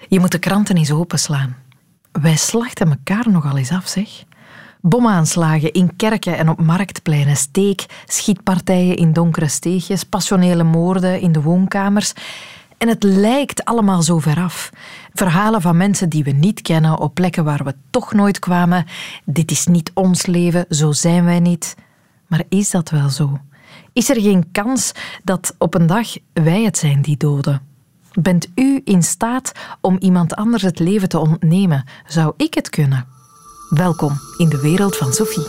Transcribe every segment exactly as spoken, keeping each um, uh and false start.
Je moet de kranten eens openslaan. Wij slachten elkaar nogal eens af, zeg. Bomaanslagen in kerken en op marktpleinen, steek, schietpartijen in donkere steegjes, passionele moorden in de woonkamers. En het lijkt allemaal zo veraf. Verhalen van mensen die we niet kennen op plekken waar we toch nooit kwamen. Dit is niet ons leven, zo zijn wij niet. Maar is dat wel zo? Is er geen kans dat op een dag wij het zijn die doden? Bent u in staat om iemand anders het leven te ontnemen? Zou ik het kunnen? Welkom in de wereld van Sophie.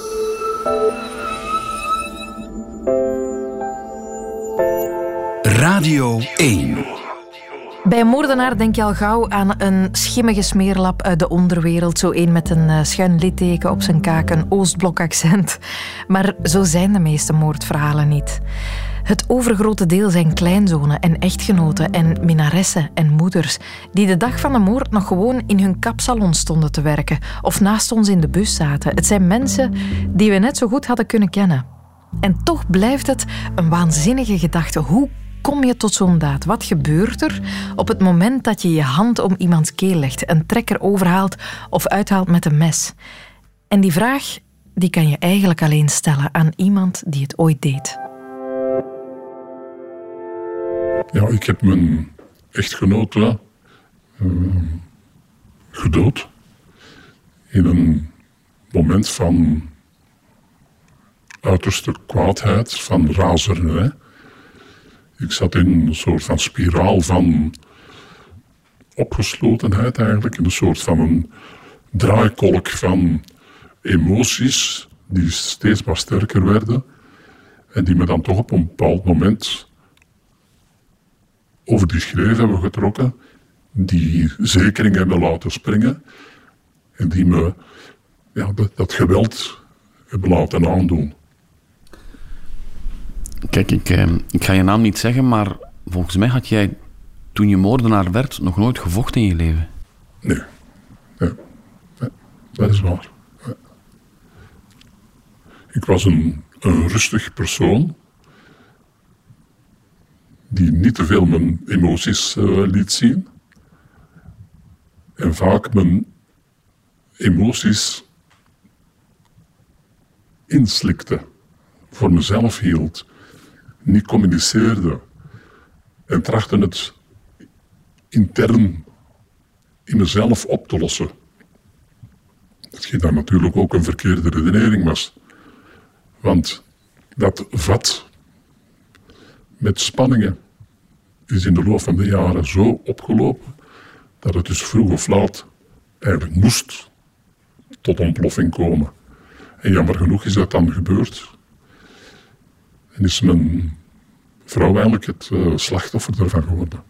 Radio één. Bij een moordenaar denk je al gauw aan een schimmige smeerlap uit de onderwereld. Zo een met een schuin litteken op zijn kaak, een Oostblok-accent. Maar zo zijn de meeste moordverhalen niet. Het overgrote deel zijn kleinzonen en echtgenoten en minnaressen en moeders die de dag van de moord nog gewoon in hun kapsalon stonden te werken of naast ons in de bus zaten. Het zijn mensen die we net zo goed hadden kunnen kennen. En toch blijft het een waanzinnige gedachte. Hoe kom je tot zo'n daad? Wat gebeurt er op het moment dat je je hand om iemands keel legt, een trekker overhaalt of uithaalt met een mes? En die vraag die kan je eigenlijk alleen stellen aan iemand die het ooit deed. Ja, ik heb mijn echtgenote uh, gedood in een moment van uiterste kwaadheid, van razernij. Ik zat in een soort van spiraal van opgeslotenheid eigenlijk, in een soort van een draaikolk van emoties die steeds maar sterker werden en die me dan toch op een bepaald moment over die schreef hebben getrokken, die zekering hebben laten springen en die me ja, dat, dat geweld hebben laten aandoen. Kijk, ik, eh, ik ga je naam niet zeggen, maar volgens mij had jij, toen je moordenaar werd, nog nooit gevochten in je leven. Nee, nee. nee. Dat is waar. Nee. Ik was een, een rustig persoon die niet te veel mijn emoties uh, liet zien en vaak mijn emoties inslikte, voor mezelf hield, niet communiceerde en trachtte het intern in mezelf op te lossen. Hetgeen dan natuurlijk ook een verkeerde redenering was, want dat vat met spanningen is in de loop van de jaren zo opgelopen dat het dus vroeg of laat eigenlijk moest tot ontploffing komen. En jammer genoeg is dat dan gebeurd. En is mijn vrouw eigenlijk het uh, slachtoffer ervan geworden.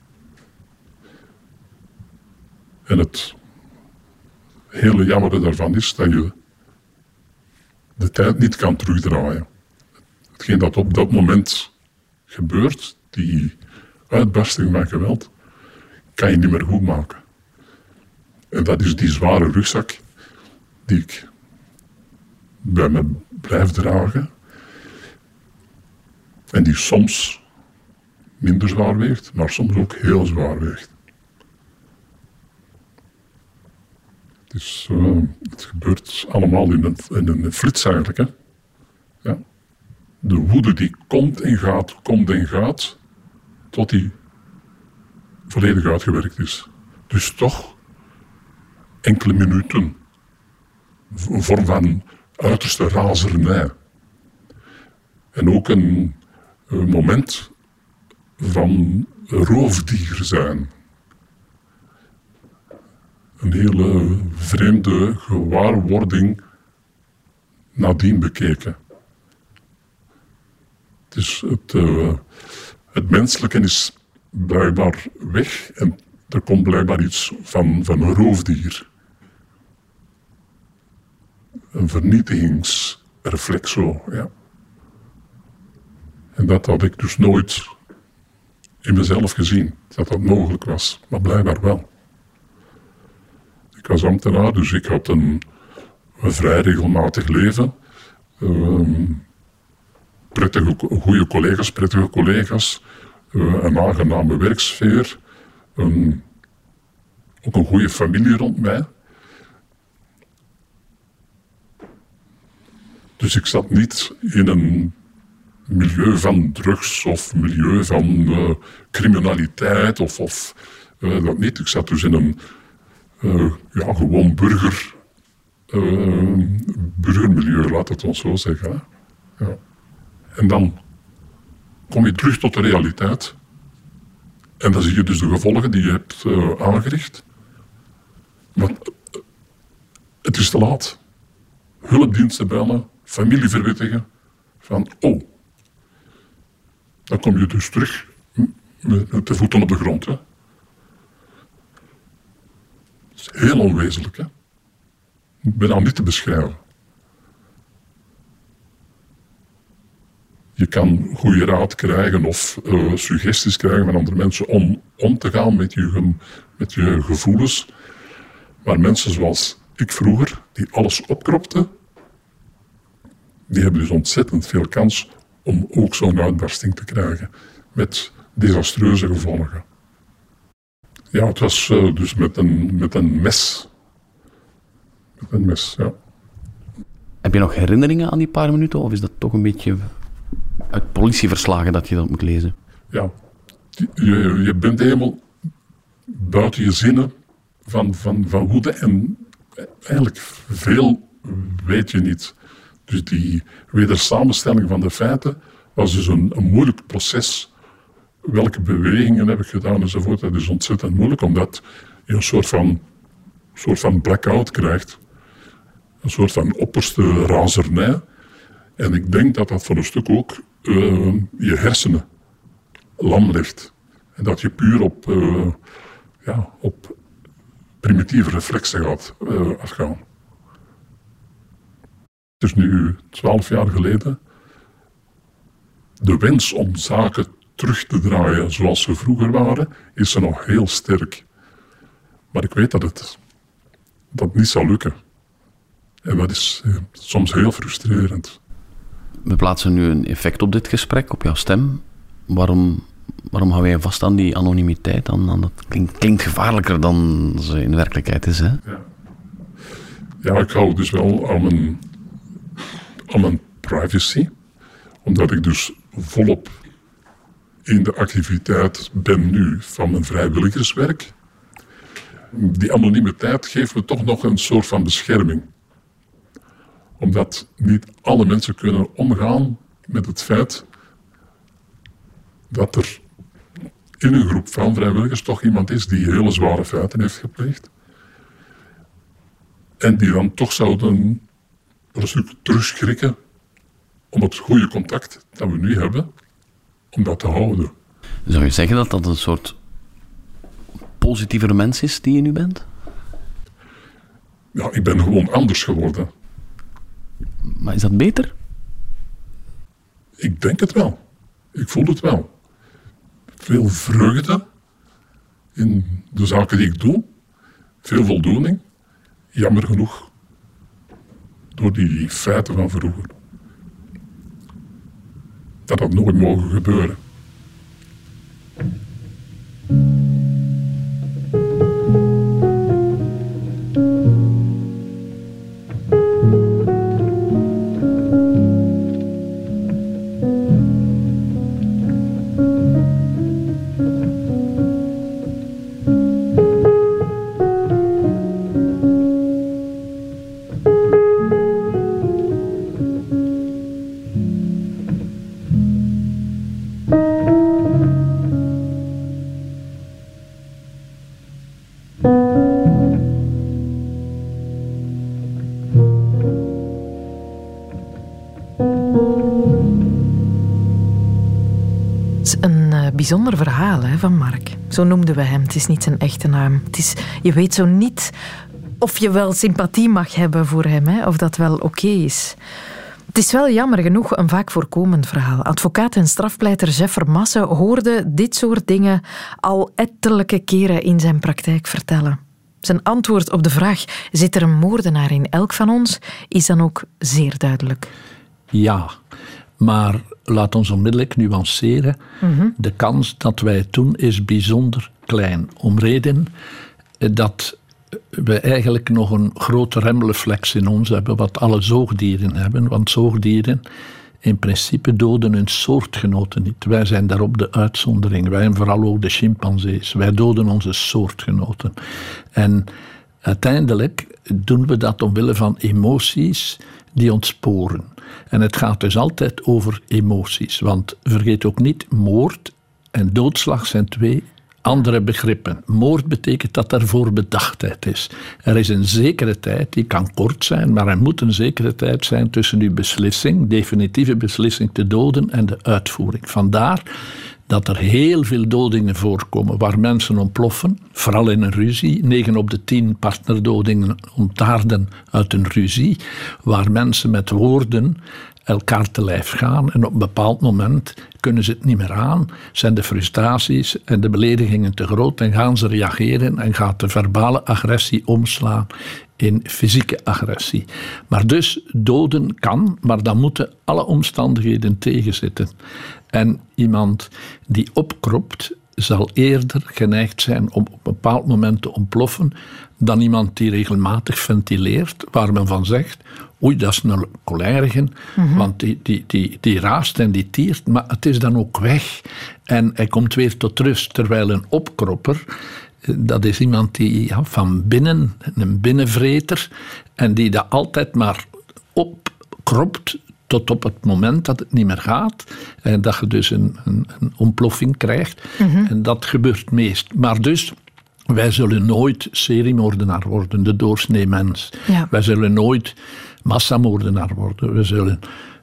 En het hele jammere daarvan is dat je de tijd niet kan terugdraaien. Hetgeen dat op dat moment gebeurt, die uitbarsting van geweld, kan je niet meer goed maken. En dat is die zware rugzak die ik bij me blijf dragen en die soms minder zwaar weegt, maar soms ook heel zwaar weegt. Dus uh, het gebeurt allemaal in een, in een flits eigenlijk. Hè? Ja. De woede die komt en gaat, komt en gaat, tot die volledig uitgewerkt is. Dus toch enkele minuten, een vorm van uiterste razernij. En ook een, een moment van roofdier zijn. Een hele vreemde gewaarwording nadien bekeken. Dus het, uh, het menselijke is blijkbaar weg en er komt blijkbaar iets van, van een roofdier. Een vernietigingsreflex zo, ja. En dat had ik dus nooit in mezelf gezien, dat dat mogelijk was, maar blijkbaar wel. Ik was ambtenaar, dus ik had een, een vrij regelmatig leven. Um, prettige, goede collega's, prettige collega's. Uh, een aangename werksfeer. Een ook een goede familie rond mij. Dus ik zat niet in een milieu van drugs of milieu van uh, criminaliteit of, of uh, dat niet. Ik zat dus in een uh, ja, gewoon burger, uh, burgermilieu, laat het ons zo zeggen. Hè. Ja. En dan kom je terug tot de realiteit. En dan zie je dus de gevolgen die je hebt uh, aangericht. Maar uh, het is te laat. Hulpdiensten bellen, familie verwittigen. Van, oh. Dan kom je dus terug met, met de voeten op de grond. Hè. Dat is heel onwezenlijk. Hè. Ik ben al niet te beschrijven. Je kan goede raad krijgen of uh, suggesties krijgen van andere mensen om om te gaan met je, met je gevoelens. Maar mensen zoals ik vroeger, die alles opkropten, die hebben dus ontzettend veel kans om ook zo'n uitbarsting te krijgen. Met desastreuze gevolgen. Ja, het was uh, dus met een, met een mes. Met een mes, ja. Heb je nog herinneringen aan die paar minuten? Of is dat toch een beetje uit politieverslagen dat je dat moet lezen? Ja, je, je bent helemaal buiten je zinnen van, van, van woede. En eigenlijk veel weet je niet. Dus die wedersamenstelling van de feiten was dus een, een moeilijk proces. Welke bewegingen heb ik gedaan enzovoort. Dat is ontzettend moeilijk, omdat je een soort van, soort van blackout krijgt. Een soort van opperste razernij. En ik denk dat dat voor een stuk ook uh, je hersenen lam legt. En dat je puur op, uh, ja, op primitieve reflexen gaat uh, afgaan. Het is nu twaalf jaar geleden. De wens om zaken terug te draaien zoals ze vroeger waren, is er nog heel sterk. Maar ik weet dat het dat niet zal lukken. En dat is uh, soms heel frustrerend. We plaatsen nu een effect op dit gesprek, op jouw stem. Waarom, waarom hou jij vast aan die anonimiteit? Aan, aan dat klinkt, klinkt gevaarlijker dan ze in de werkelijkheid is, hè? Ja, ja ik hou dus wel aan mijn, aan mijn privacy. Omdat ik dus volop in de activiteit ben nu van mijn vrijwilligerswerk. Die anonimiteit geeft me toch nog een soort van bescherming. Omdat niet alle mensen kunnen omgaan met het feit dat er in een groep van vrijwilligers toch iemand is die hele zware feiten heeft gepleegd. En die dan toch zouden een stuk terugschrikken om het goede contact dat we nu hebben, om dat te houden. Zou je zeggen dat dat een soort positievere mens is die je nu bent? Ja, ik ben gewoon anders geworden. Maar is dat beter? Ik denk het wel. Ik voel het wel. Veel vreugde in de zaken die ik doe. Veel voldoening. Jammer genoeg door die feiten van vroeger. Dat had nooit mogen gebeuren. Bijzonder verhaal hè, van Mark. Zo noemden we hem. Het is niet zijn echte naam. Het is, je weet zo niet of je wel sympathie mag hebben voor hem, hè, of dat wel oké is. Het is wel jammer genoeg een vaak voorkomend verhaal. Advocaat en strafpleiter Jeff Vermassen hoorde dit soort dingen al ettelijke keren in zijn praktijk vertellen. Zijn antwoord op de vraag, zit er een moordenaar in elk van ons, is dan ook zeer duidelijk. Ja, maar laat ons onmiddellijk nuanceren. Mm-hmm. De kans dat wij het doen is bijzonder klein. Om reden, dat we eigenlijk nog een grote remreflex in ons hebben, wat alle zoogdieren hebben. Want zoogdieren, in principe, doden hun soortgenoten niet. Wij zijn daarop de uitzondering. Wij en vooral ook de chimpansees. Wij doden onze soortgenoten. En uiteindelijk doen we dat omwille van emoties die ons sporen. En het gaat dus altijd over emoties. Want vergeet ook niet, moord en doodslag zijn twee andere begrippen. Moord betekent dat er voorbedachtheid is. Er is een zekere tijd, die kan kort zijn, maar er moet een zekere tijd zijn tussen uw beslissing, definitieve beslissing te doden, en de uitvoering. Vandaar dat er heel veel dodingen voorkomen waar mensen ontploffen, vooral in een ruzie. negen op de tien partnerdodingen ontaarden uit een ruzie, waar mensen met woorden elkaar te lijf gaan en op een bepaald moment kunnen ze het niet meer aan, zijn de frustraties en de beledigingen te groot en gaan ze reageren en gaat de verbale agressie omslaan in fysieke agressie. Maar dus doden kan, maar dan moeten alle omstandigheden tegenzitten. En iemand die opkropt zal eerder geneigd zijn om op een bepaald moment te ontploffen dan iemand die regelmatig ventileert, waar men van zegt, oei, dat is een cholerige, mm-hmm. want die, die, die, die raast en die tiert, maar het is dan ook weg. En hij komt weer tot rust, terwijl een opkropper, dat is iemand die ja, van binnen, een binnenvreter, en die dat altijd maar opkropt tot op het moment dat het niet meer gaat. En dat je dus een, een, een ontploffing krijgt. Mm-hmm. En dat gebeurt meest. Maar dus, wij zullen nooit seriemoordenaar worden, de doorsnee mens. Ja. Wij zullen nooit massamoordenaar worden. We zullen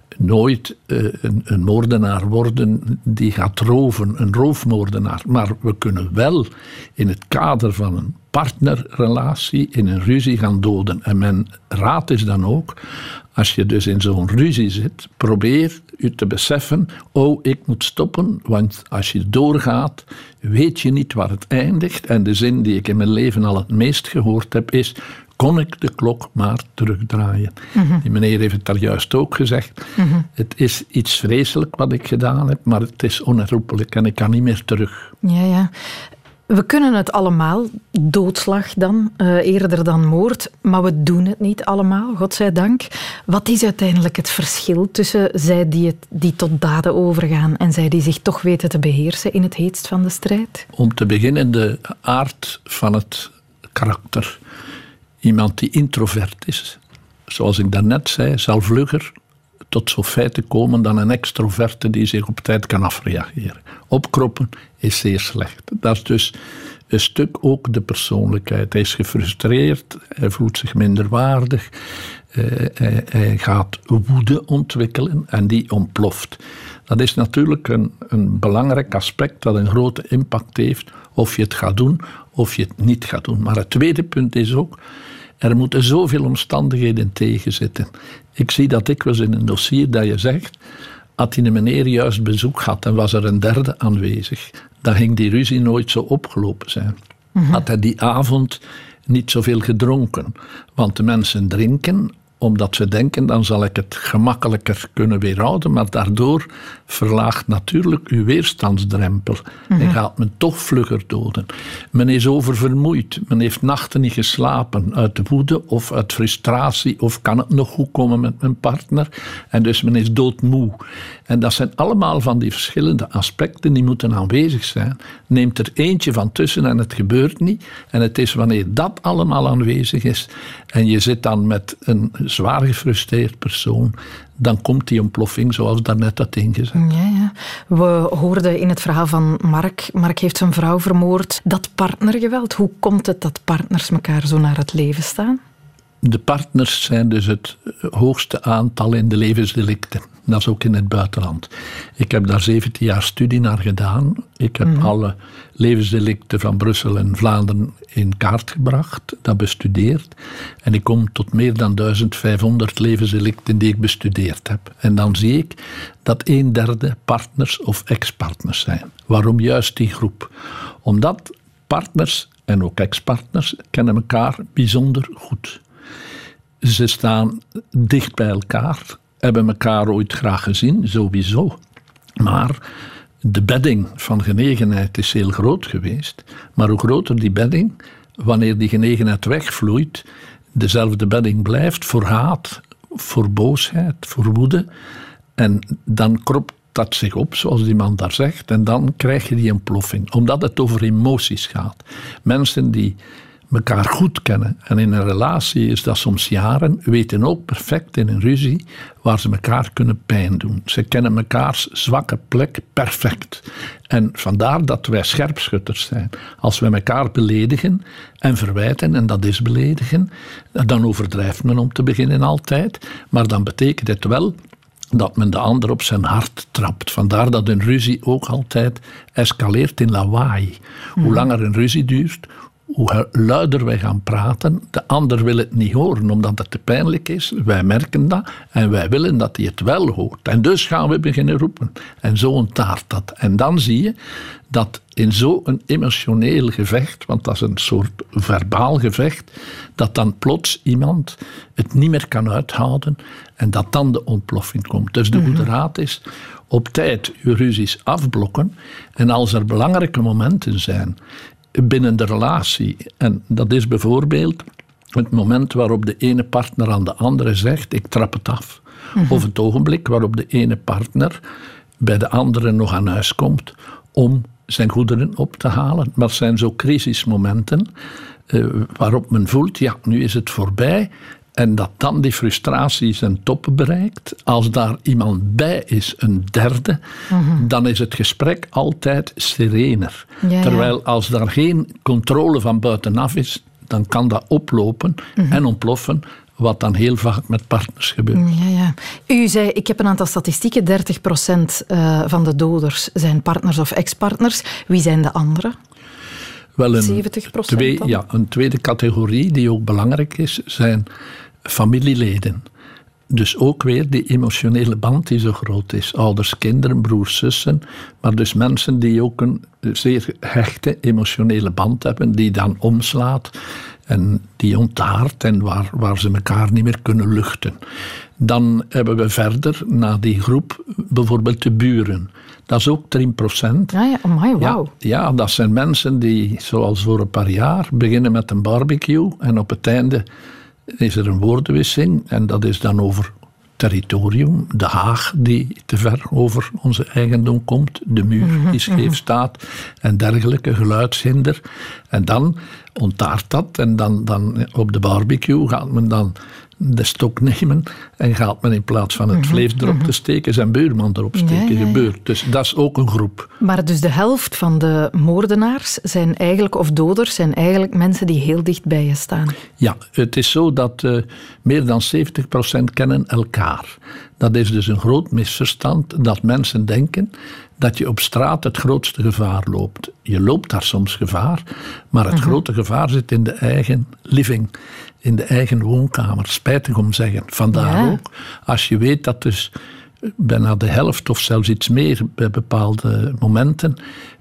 nooit uh, een, een moordenaar worden die gaat roven, een roofmoordenaar. Maar we kunnen wel in het kader van een partnerrelatie in een ruzie gaan doden. En mijn raad is dan ook, als je dus in zo'n ruzie zit, probeer je te beseffen, oh, ik moet stoppen, want als je doorgaat, weet je niet waar het eindigt. En de zin die ik in mijn leven al het meest gehoord heb is, kon ik de klok maar terugdraaien. Mm-hmm. Die meneer heeft het daar juist ook gezegd. Mm-hmm. Het is iets vreselijk wat ik gedaan heb, maar het is onherroepelijk en ik kan niet meer terug. Ja, ja. We kunnen het allemaal, doodslag dan, uh, eerder dan moord, maar we doen het niet allemaal, godzijdank. Wat is uiteindelijk het verschil tussen zij die, het, die tot daden overgaan en zij die zich toch weten te beheersen in het heetst van de strijd? Om te beginnen de aard van het karakter. Iemand die introvert is, zoals ik daarnet zei, zal vlugger tot zo'n feiten komen dan een extroverte die zich op tijd kan afreageren. Opkroppen is zeer slecht. Dat is dus een stuk ook de persoonlijkheid. Hij is gefrustreerd, hij voelt zich minder waardig, eh, hij, hij gaat woede ontwikkelen en die ontploft. Dat is natuurlijk een, een belangrijk aspect dat een grote impact heeft of je het gaat doen of je het niet gaat doen. Maar het tweede punt is ook, er moeten zoveel omstandigheden tegenzitten. Ik zie dat dikwijls in een dossier dat je zegt, had die meneer juist bezoek gehad en was er een derde aanwezig, dan ging die ruzie nooit zo opgelopen zijn. Mm-hmm. Had hij die avond niet zoveel gedronken. Want de mensen drinken omdat ze denken, dan zal ik het gemakkelijker kunnen weerhouden, maar daardoor verlaagt natuurlijk uw weerstandsdrempel. Mm-hmm. En gaat men toch vlugger doden. Men is oververmoeid, men heeft nachten niet geslapen, uit woede of uit frustratie, of kan het nog goed komen met mijn partner, en dus men is doodmoe. En dat zijn allemaal van die verschillende aspecten die moeten aanwezig zijn. Neemt er eentje van tussen en het gebeurt niet, en het is wanneer dat allemaal aanwezig is, en je zit dan met een zwaar gefrustreerd persoon, dan komt die ontploffing zoals daarnet had ingezet. Ja, ja. We hoorden in het verhaal van Mark, Mark heeft zijn vrouw vermoord, dat partnergeweld. Hoe komt het dat partners elkaar zo naar het leven staan? De partners zijn dus het hoogste aantal in de levensdelicten. Dat is ook in het buitenland. Ik heb daar zeventien jaar studie naar gedaan. Ik heb mm. alle levensdelicten van Brussel en Vlaanderen in kaart gebracht, dat bestudeerd. En ik kom tot meer dan duizend vijfhonderd levensdelicten die ik bestudeerd heb. En dan zie ik dat een derde partners of ex-partners zijn. Waarom juist die groep? Omdat partners en ook ex-partners kennen elkaar bijzonder goed. Ze staan dicht bij elkaar, hebben elkaar ooit graag gezien, sowieso. Maar de bedding van genegenheid is heel groot geweest. Maar hoe groter die bedding, wanneer die genegenheid wegvloeit, dezelfde bedding blijft voor haat, voor boosheid, voor woede. En dan kropt dat zich op, zoals die man daar zegt, en dan krijg je die ontploffing. Omdat het over emoties gaat. Mensen die elkaar goed kennen, en in een relatie is dat soms jaren, weten ook perfect in een ruzie waar ze elkaar kunnen pijn doen. Ze kennen mekaars zwakke plek perfect. En vandaar dat wij scherpschutters zijn. Als wij elkaar beledigen en verwijten, en dat is beledigen, dan overdrijft men om te beginnen altijd, maar dan betekent het wel dat men de ander op zijn hart trapt. Vandaar dat een ruzie ook altijd escaleert in lawaai. Mm. Hoe langer een ruzie duurt, hoe luider wij gaan praten. De ander wil het niet horen, omdat het te pijnlijk is. Wij merken dat en wij willen dat hij het wel hoort. En dus gaan we beginnen roepen. En zo ontaart dat. En dan zie je dat in zo'n emotioneel gevecht, want dat is een soort verbaal gevecht, dat dan plots iemand het niet meer kan uithouden en dat dan de ontploffing komt. Dus de goede raad is op tijd uw ruzies afblokken en als er belangrijke momenten zijn binnen de relatie, en dat is bijvoorbeeld het moment waarop de ene partner aan de andere zegt, ik trap het af. Mm-hmm. Of het ogenblik waarop de ene partner bij de andere nog aan huis komt om zijn goederen op te halen. Maar het zijn zo crisismomenten uh, waarop men voelt, ja, nu is het voorbij. En dat dan die frustratie zijn top bereikt. Als daar iemand bij is, een derde, mm-hmm. dan is het gesprek altijd serener. Ja, Terwijl ja. als daar geen controle van buitenaf is, dan kan dat oplopen mm-hmm. en ontploffen, wat dan heel vaak met partners gebeurt. Ja, ja. U zei, ik heb een aantal statistieken, dertig procent van de doders zijn partners of ex-partners. Wie zijn de anderen? Wel een, zeventig procent twee, ja, een tweede categorie die ook belangrijk is, zijn familieleden. Dus ook weer die emotionele band die zo groot is. Ouders, kinderen, broers, zussen. Maar dus mensen die ook een zeer hechte emotionele band hebben, die dan omslaat en die ontaart en waar, waar ze elkaar niet meer kunnen luchten. Dan hebben we verder, na die groep, bijvoorbeeld de buren. Dat is ook drie procent. Ja, ja, amai, wow. Ja, ja, dat zijn mensen die, zoals voor een paar jaar, beginnen met een barbecue en op het einde is er een woordenwisseling en dat is dan over territorium, de haag die te ver over onze eigendom komt, de muur die scheef staat en dergelijke, geluidshinder. En dan ontaart dat en dan, dan op de barbecue gaat men dan de stok nemen en gaat men in plaats van het vlees erop te steken zijn buurman erop steken. Ja, ja, ja. Gebeurt. Dus dat is ook een groep. Maar dus de helft van de moordenaars zijn eigenlijk, of doders, zijn eigenlijk mensen die heel dicht bij je staan. Ja, het is zo dat uh, meer dan zeventig procent kennen elkaar. Dat is dus een groot misverstand dat mensen denken dat je op straat het grootste gevaar loopt. Je loopt daar soms gevaar, maar het uh-huh. grote gevaar zit in de eigen living, in de eigen woonkamer. Spijtig om te zeggen. Vandaar ja. ook, als je weet dat dus bijna de helft of zelfs iets meer bij bepaalde momenten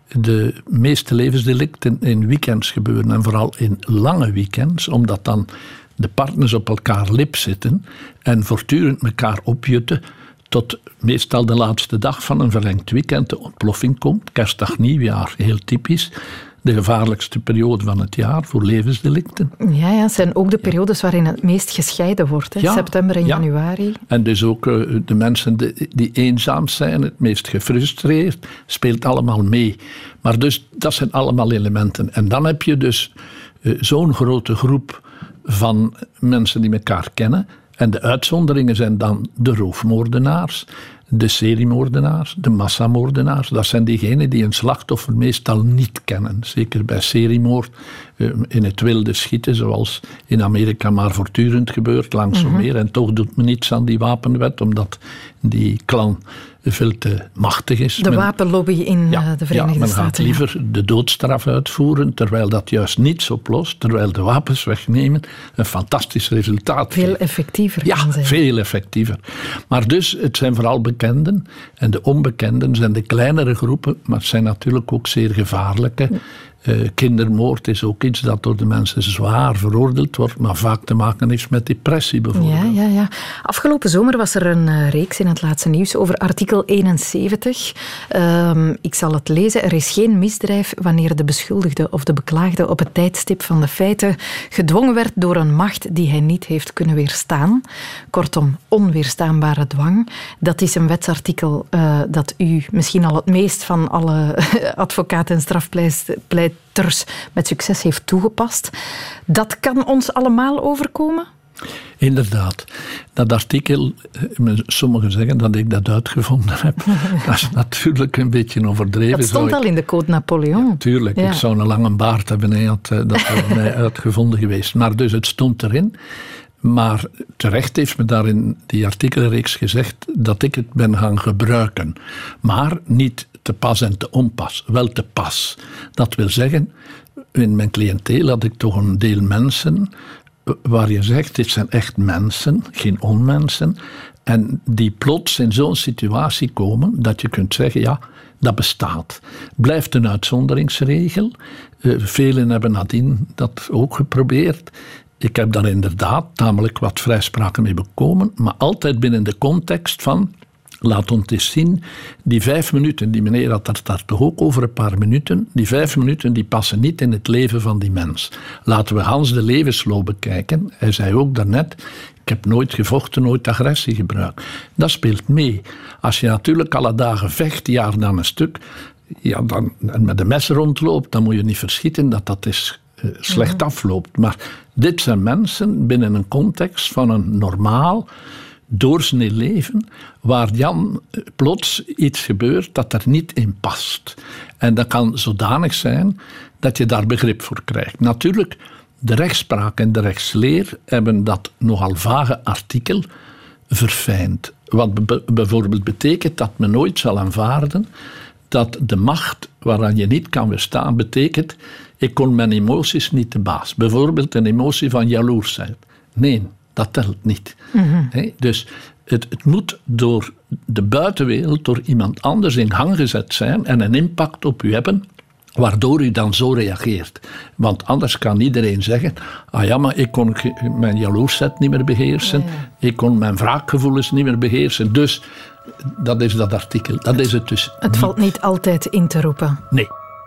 de meeste levensdelicten in weekends gebeuren en vooral in lange weekends, omdat dan de partners op elkaar lip zitten en voortdurend elkaar opjutten tot meestal de laatste dag van een verlengd weekend de ontploffing komt. Kerstdag, nieuwjaar, heel typisch. De gevaarlijkste periode van het jaar voor levensdelicten. Ja, ja, het zijn ook de periodes waarin het meest gescheiden wordt. Hè? Ja, september en ja. januari. En dus ook uh, de mensen die, die eenzaam zijn, het meest gefrustreerd, speelt allemaal mee. Maar dus, dat zijn allemaal elementen. En dan heb je dus uh, zo'n grote groep van mensen die elkaar kennen. En de uitzonderingen zijn dan de roofmoordenaars, de seriemoordenaars, de massamoordenaars. Dat zijn diegenen die een slachtoffer meestal niet kennen. Zeker bij seriemoord, in het wilde schieten, zoals in Amerika maar voortdurend gebeurt, langs mm-hmm. meer. En toch doet men niets aan die wapenwet, omdat die clan veel te machtig is. De men, wapenlobby in ja, de Verenigde ja, men Staten. Men gaat liever ja. de doodstraf uitvoeren, terwijl dat juist niets oplost, terwijl de wapens wegnemen een fantastisch resultaat Veel geeft. effectiever Ja, kan zijn. veel effectiever. Maar dus, het zijn vooral bekenden en de onbekenden zijn de kleinere groepen, maar het zijn natuurlijk ook zeer gevaarlijke. Uh, kindermoord is ook iets dat door de mensen zwaar veroordeeld wordt, maar vaak te maken heeft met depressie bijvoorbeeld. Ja, ja, ja. Afgelopen zomer was er een uh, reeks in het laatste nieuws over artikel eenenzeventig. Uh, ik zal het lezen. Er is geen misdrijf wanneer de beschuldigde of de beklaagde op het tijdstip van de feiten gedwongen werd door een macht die hij niet heeft kunnen weerstaan. Kortom, onweerstaanbare dwang. Dat is een wetsartikel uh, dat u misschien al het meest van alle advocaten en strafpleiters met succes heeft toegepast. Dat kan ons allemaal overkomen? Inderdaad. Dat artikel, sommigen zeggen dat ik dat uitgevonden heb. Dat is natuurlijk een beetje overdreven. Dat stond al in de Code Napoleon. Ja, tuurlijk, ja. Ik zou een lange baard hebben. Hij had dat bij mij uitgevonden geweest. Maar dus het stond erin. Maar terecht heeft me daar in die artikelreeks gezegd dat ik het ben gaan gebruiken. Maar niet te pas en te onpas. Wel te pas. Dat wil zeggen, in mijn cliënteel had ik toch een deel mensen waar je zegt, dit zijn echt mensen, geen onmensen, en die plots in zo'n situatie komen dat je kunt zeggen, ja, dat bestaat. Blijft een uitzonderingsregel. Uh, velen hebben nadien dat ook geprobeerd. Ik heb daar inderdaad namelijk wat vrijspraken mee bekomen, maar altijd binnen de context van, laat ons eens zien, die vijf minuten, die meneer had het daar toch ook over een paar minuten, die vijf minuten die passen niet in het leven van die mens. Laten we Hans de levensloop bekijken. Hij zei ook daarnet, ik heb nooit gevochten, nooit agressie gebruikt. Dat speelt mee. Als je natuurlijk alle dagen vecht, jaar dan een stuk, ja, dan, en met een mes rondloopt, dan moet je niet verschieten dat dat is uh, slecht afloopt. Maar dit zijn mensen binnen een context van een normaal, doorsnee leven, waar dan plots iets gebeurt dat er niet in past. En dat kan zodanig zijn dat je daar begrip voor krijgt. Natuurlijk, de rechtspraak en de rechtsleer hebben dat nogal vage artikel verfijnd. Wat be- bijvoorbeeld betekent dat men nooit zal aanvaarden dat de macht waaraan je niet kan weerstaan betekent, ik kon mijn emoties niet te baas. Bijvoorbeeld een emotie van jaloersheid. Nee, dat telt niet. Mm-hmm. He, dus het, het moet door de buitenwereld, door iemand anders in gang gezet zijn en een impact op u hebben, waardoor u dan zo reageert. Want anders kan iedereen zeggen, ah ja, maar ik kon mijn jaloersheid niet meer beheersen, ja, ja. ik kon mijn wraakgevoelens niet meer beheersen. Dus dat is dat artikel. Dat is het dus. Het valt niet altijd in te roepen. Nee.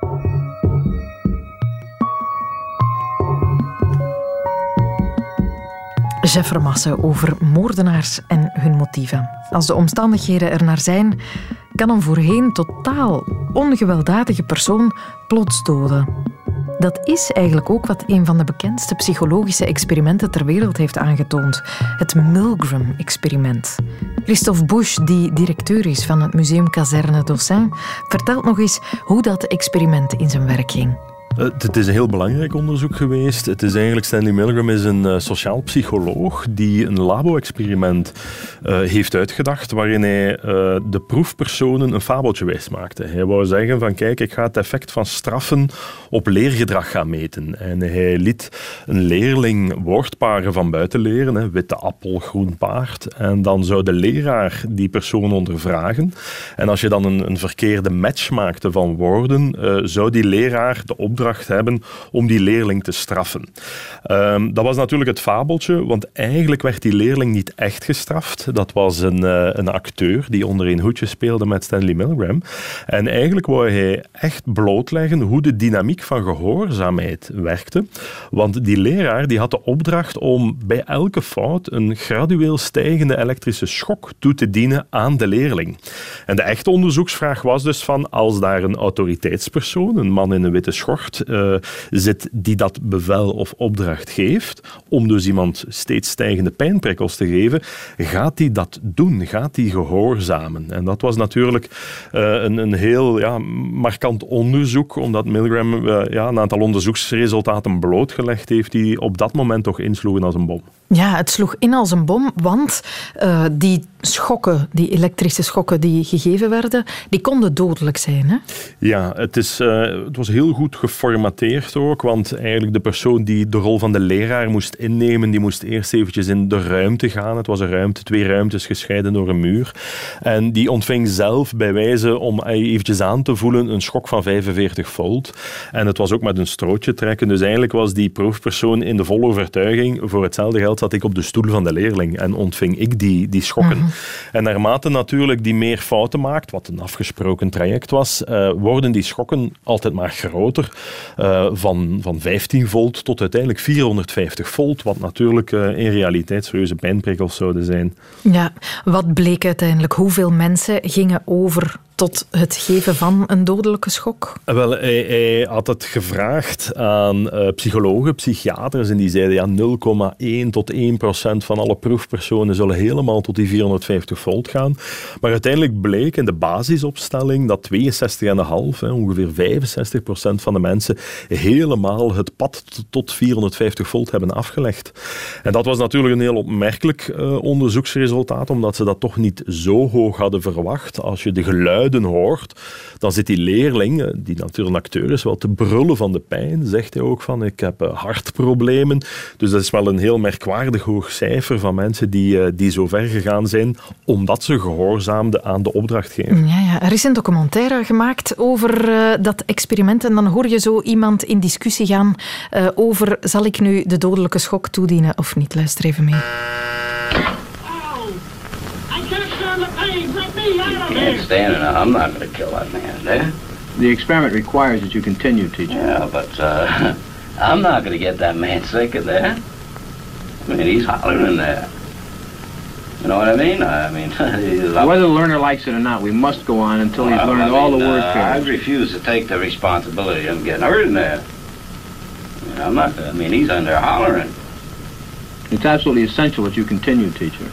Jeff Vermassen over moordenaars en hun motieven. Als de omstandigheden er naar zijn, kan een voorheen totaal ongewelddadige persoon plots doden. Dat is eigenlijk ook wat een van de bekendste psychologische experimenten ter wereld heeft aangetoond. Het Milgram-experiment. Christophe Busch, die directeur is van het Museum Kazerne d'Ossat, vertelt nog eens hoe dat experiment in zijn werk ging. Het is een heel belangrijk onderzoek geweest. Het is eigenlijk, Stanley Milgram is een uh, sociaal psycholoog die een labo-experiment uh, heeft uitgedacht waarin hij uh, de proefpersonen een fabeltje wijsmaakte. Hij wou zeggen van kijk, ik ga het effect van straffen op leergedrag gaan meten. En hij liet een leerling woordparen van buiten leren, hè, witte appel, groen paard. En dan zou de leraar die persoon ondervragen. En als je dan een, een verkeerde match maakte van woorden, uh, zou die leraar de opdracht hebben om die leerling te straffen. Um, dat was natuurlijk het fabeltje, want eigenlijk werd die leerling niet echt gestraft. Dat was een, uh, een acteur die onder een hoedje speelde met Stanley Milgram. En eigenlijk wou hij echt blootleggen hoe de dynamiek van gehoorzaamheid werkte. Want die leraar die had de opdracht om bij elke fout een gradueel stijgende elektrische schok toe te dienen aan de leerling. En de echte onderzoeksvraag was dus van als daar een autoriteitspersoon, een man in een witte schort, Uh, zit die dat bevel of opdracht geeft, om dus iemand steeds stijgende pijnprikkels te geven, gaat die dat doen? Gaat die gehoorzamen? En dat was natuurlijk uh, een, een heel ja, markant onderzoek, omdat Milgram uh, ja, een aantal onderzoeksresultaten blootgelegd heeft die op dat moment toch insloegen als een bom. Ja, het sloeg in als een bom, want uh, die schokken, die elektrische schokken die gegeven werden, die konden dodelijk zijn, hè? Ja, het, is, uh, het was heel goed geformateerd ook, want eigenlijk de persoon die de rol van de leraar moest innemen, die moest eerst eventjes in de ruimte gaan. Het was een ruimte, twee ruimtes gescheiden door een muur. En die ontving zelf bij wijze om eventjes aan te voelen een schok van vijfenveertig volt. En het was ook met een strootje trekken. Dus eigenlijk was die proefpersoon in de volle overtuiging, voor hetzelfde geld zat ik op de stoel van de leerling en ontving ik die, die schokken. Mm-hmm. En naarmate natuurlijk die meer fouten maakt, wat een afgesproken traject was, uh, worden die schokken altijd maar groter. Uh, van, van vijftien volt tot uiteindelijk vierhonderdvijftig volt, wat natuurlijk uh, in realiteit serieuze pijnprikkels zouden zijn. Ja, wat bleek uiteindelijk? Hoeveel mensen gingen over tot het geven van een dodelijke schok? Wel, hij, hij had het gevraagd aan uh, psychologen, psychiaters, en die zeiden ja, nul komma één tot één procent van alle proefpersonen zullen helemaal tot die vierhonderdvijftig volt gaan. Maar uiteindelijk bleek in de basisopstelling dat tweeënzestig komma vijf, ongeveer vijfenzestig procent van de mensen helemaal het pad tot vierhonderdvijftig volt hebben afgelegd. En dat was natuurlijk een heel opmerkelijk uh, onderzoeksresultaat, omdat ze dat toch niet zo hoog hadden verwacht. Als je de geluiden hoort, dan zit die leerling, die natuurlijk een acteur is, wel te brullen van de pijn. Zegt hij ook van, ik heb uh, hartproblemen. Dus dat is wel een heel merkwaardig hoog cijfer van mensen die, uh, die zo ver gegaan zijn, omdat ze gehoorzaamden aan de opdrachtgever. Ja, ja. Er is een documentaire gemaakt over uh, dat experiment en dan hoor je zo iemand in discussie gaan uh, over, zal ik nu de dodelijke schok toedienen of niet? Luister even mee. Can't stand it. I'm not going to kill that man, eh? The experiment requires that you continue, teacher. Yeah, but uh, I'm not going to get that man sick in there. I mean, he's hollering in there. You know what I mean? I mean, whether the learner likes it or not, we must go on until he's well, learned I mean, all the word uh, pairs. I refuse to take the responsibility of him getting hurt in there. I mean, I'm not. I mean, he's in there hollering. It's absolutely essential that you continue, teacher.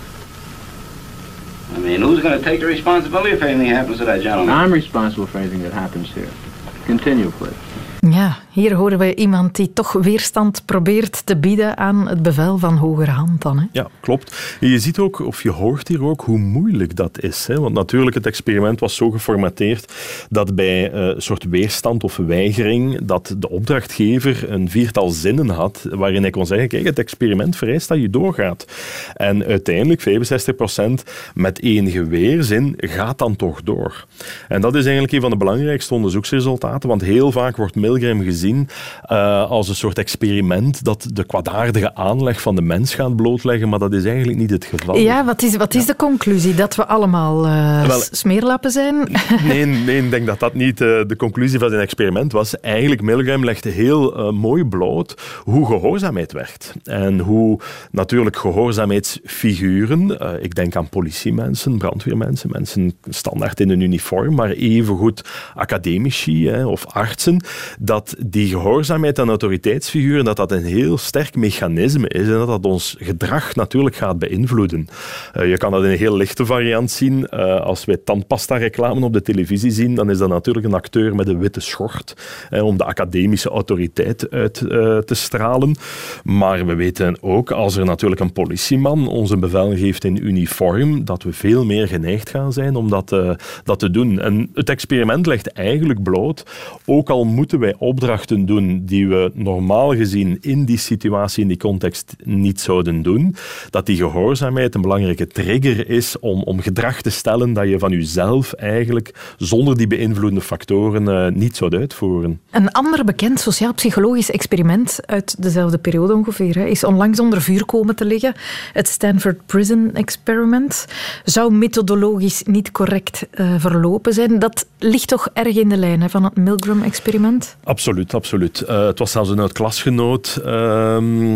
I mean, who's going to take the responsibility if anything happens to that gentleman? I'm responsible for anything that happens here. Continue, please. Ja, hier horen we iemand die toch weerstand probeert te bieden aan het bevel van hogerhand dan. Hè? Ja, klopt. Je ziet ook, of je hoort hier ook, hoe moeilijk dat is. Hè? Want natuurlijk, het experiment was zo geformateerd dat bij een uh, soort weerstand of weigering dat de opdrachtgever een viertal zinnen had waarin hij kon zeggen, kijk, het experiment vereist dat je doorgaat. En uiteindelijk, vijfenzestig procent met enige weerzin gaat dan toch door. En dat is eigenlijk een van de belangrijkste onderzoeksresultaten, want heel vaak wordt Milgram gezien uh, als een soort experiment dat de kwaadaardige aanleg van de mens gaat blootleggen, maar dat is eigenlijk niet het geval. Ja, wat is, wat is ja. de conclusie? Dat we allemaal uh, Wel, smeerlappen zijn? Nee, nee, ik denk dat dat niet uh, de conclusie van zijn experiment was. Eigenlijk, Milgram legde heel uh, mooi bloot hoe gehoorzaamheid werkt. En hoe natuurlijk gehoorzaamheidsfiguren, uh, ik denk aan politiemensen, brandweermensen, mensen standaard in een uniform, maar evengoed academici hè, of artsen, dat die gehoorzaamheid aan autoriteitsfiguren, dat dat een heel sterk mechanisme is en dat dat ons gedrag natuurlijk gaat beïnvloeden. Uh, je kan dat in een heel lichte variant zien. Uh, als wij tandpasta-reclame op de televisie zien, dan is dat natuurlijk een acteur met een witte schort, uh, om de academische autoriteit uit uh, te stralen. Maar we weten ook, als er natuurlijk een politieman ons een bevel geeft in uniform, dat we veel meer geneigd gaan zijn om dat, uh, dat te doen. En het experiment legt eigenlijk bloot, ook al moeten wij opdrachten doen die we normaal gezien in die situatie, in die context niet zouden doen, dat die gehoorzaamheid een belangrijke trigger is om, om gedrag te stellen dat je van jezelf eigenlijk zonder die beïnvloedende factoren uh, niet zou uitvoeren. Een ander bekend sociaal-psychologisch experiment uit dezelfde periode ongeveer hè, is onlangs onder vuur komen te liggen. Het Stanford Prison Experiment zou methodologisch niet correct uh, verlopen zijn. Dat ligt toch erg in de lijn hè, van het Milgram-experiment? Absoluut, absoluut. Uh, het was zelfs een oud-klasgenoot, uh,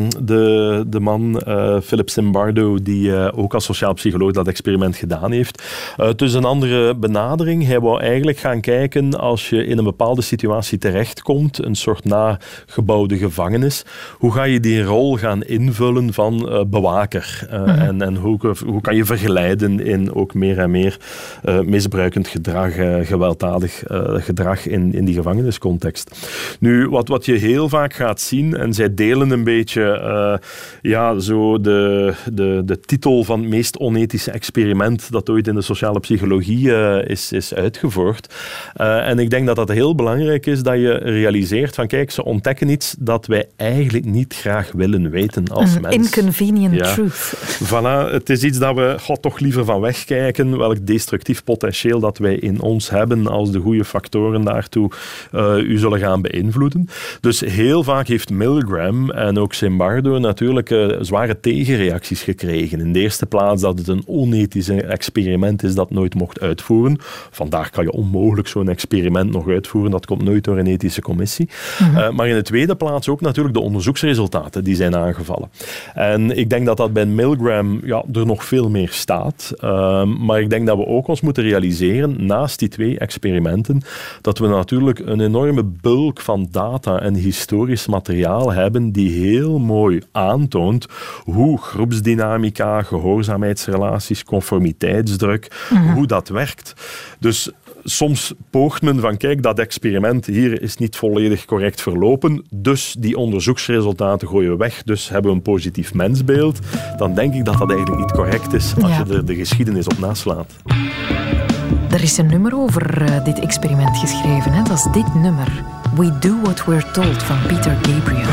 de, de man uh, Philip Zimbardo, die uh, ook als sociaal psycholoog dat experiment gedaan heeft. Uh, het is een andere benadering. Hij wou eigenlijk gaan kijken als je in een bepaalde situatie terechtkomt, een soort nagebouwde gevangenis, hoe ga je die rol gaan invullen van uh, bewaker? Uh, mm-hmm. En, en hoe, hoe kan je vergelijden in ook meer en meer uh, misbruikend gedrag, uh, gewelddadig uh, gedrag in, in die gevangeniscontext. Nu, wat, wat je heel vaak gaat zien, en zij delen een beetje uh, ja, zo de, de, de titel van het meest onethische experiment dat ooit in de sociale psychologie uh, is, is uitgevoerd. Uh, en ik denk dat dat heel belangrijk is dat je realiseert van kijk, ze ontdekken iets dat wij eigenlijk niet graag willen weten als Een mens. Inconvenient ja. truth. Voilà, het is iets dat we god, toch liever van wegkijken, welk destructief potentieel dat wij in ons hebben als de goede factoren daartoe uh, u zullen gaan beïnvloeden. Dus heel vaak heeft Milgram en ook Zimbardo natuurlijk uh, zware tegenreacties gekregen. In de eerste plaats dat het een onethisch experiment is dat nooit mocht uitvoeren. Vandaag kan je onmogelijk zo'n experiment nog uitvoeren. Dat komt nooit door een ethische commissie. Mm-hmm. Uh, maar in de tweede plaats ook natuurlijk de onderzoeksresultaten die zijn aangevallen. En ik denk dat dat bij Milgram ja, er nog veel meer staat. Uh, maar ik denk dat we ook ons moeten realiseren, naast die twee experimenten, dat we natuurlijk een enorme bulk van data en historisch materiaal hebben die heel mooi aantoont hoe groepsdynamica, gehoorzaamheidsrelaties, conformiteitsdruk, mm-hmm. hoe dat werkt. Dus soms poogt men van, kijk, dat experiment hier is niet volledig correct verlopen, dus die onderzoeksresultaten gooien we weg, dus hebben we een positief mensbeeld. Dan denk ik dat dat eigenlijk niet correct is als ja. je er de geschiedenis op naslaat. Er is een nummer over uh, dit experiment geschreven. Hè? Dat is dit nummer. We Do What We're Told van Peter Gabriel.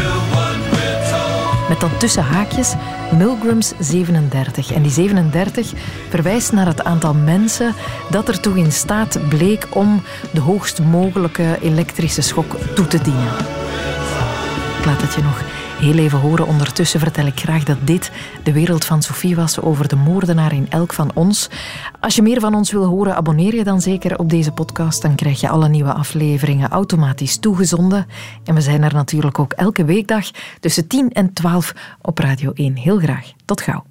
Met dan tussen haakjes Milgrams zevenendertig. En die zevenendertig verwijst naar het aantal mensen dat ertoe in staat bleek om de hoogst mogelijke elektrische schok toe te dienen. Ik laat het je nog heel even horen. Ondertussen vertel ik graag dat dit de wereld van Sophie was over de moordenaar in elk van ons. Als je meer van ons wil horen, abonneer je dan zeker op deze podcast. Dan krijg je alle nieuwe afleveringen automatisch toegezonden. En we zijn er natuurlijk ook elke weekdag tussen tien en twaalf op Radio één. Heel graag. Tot gauw.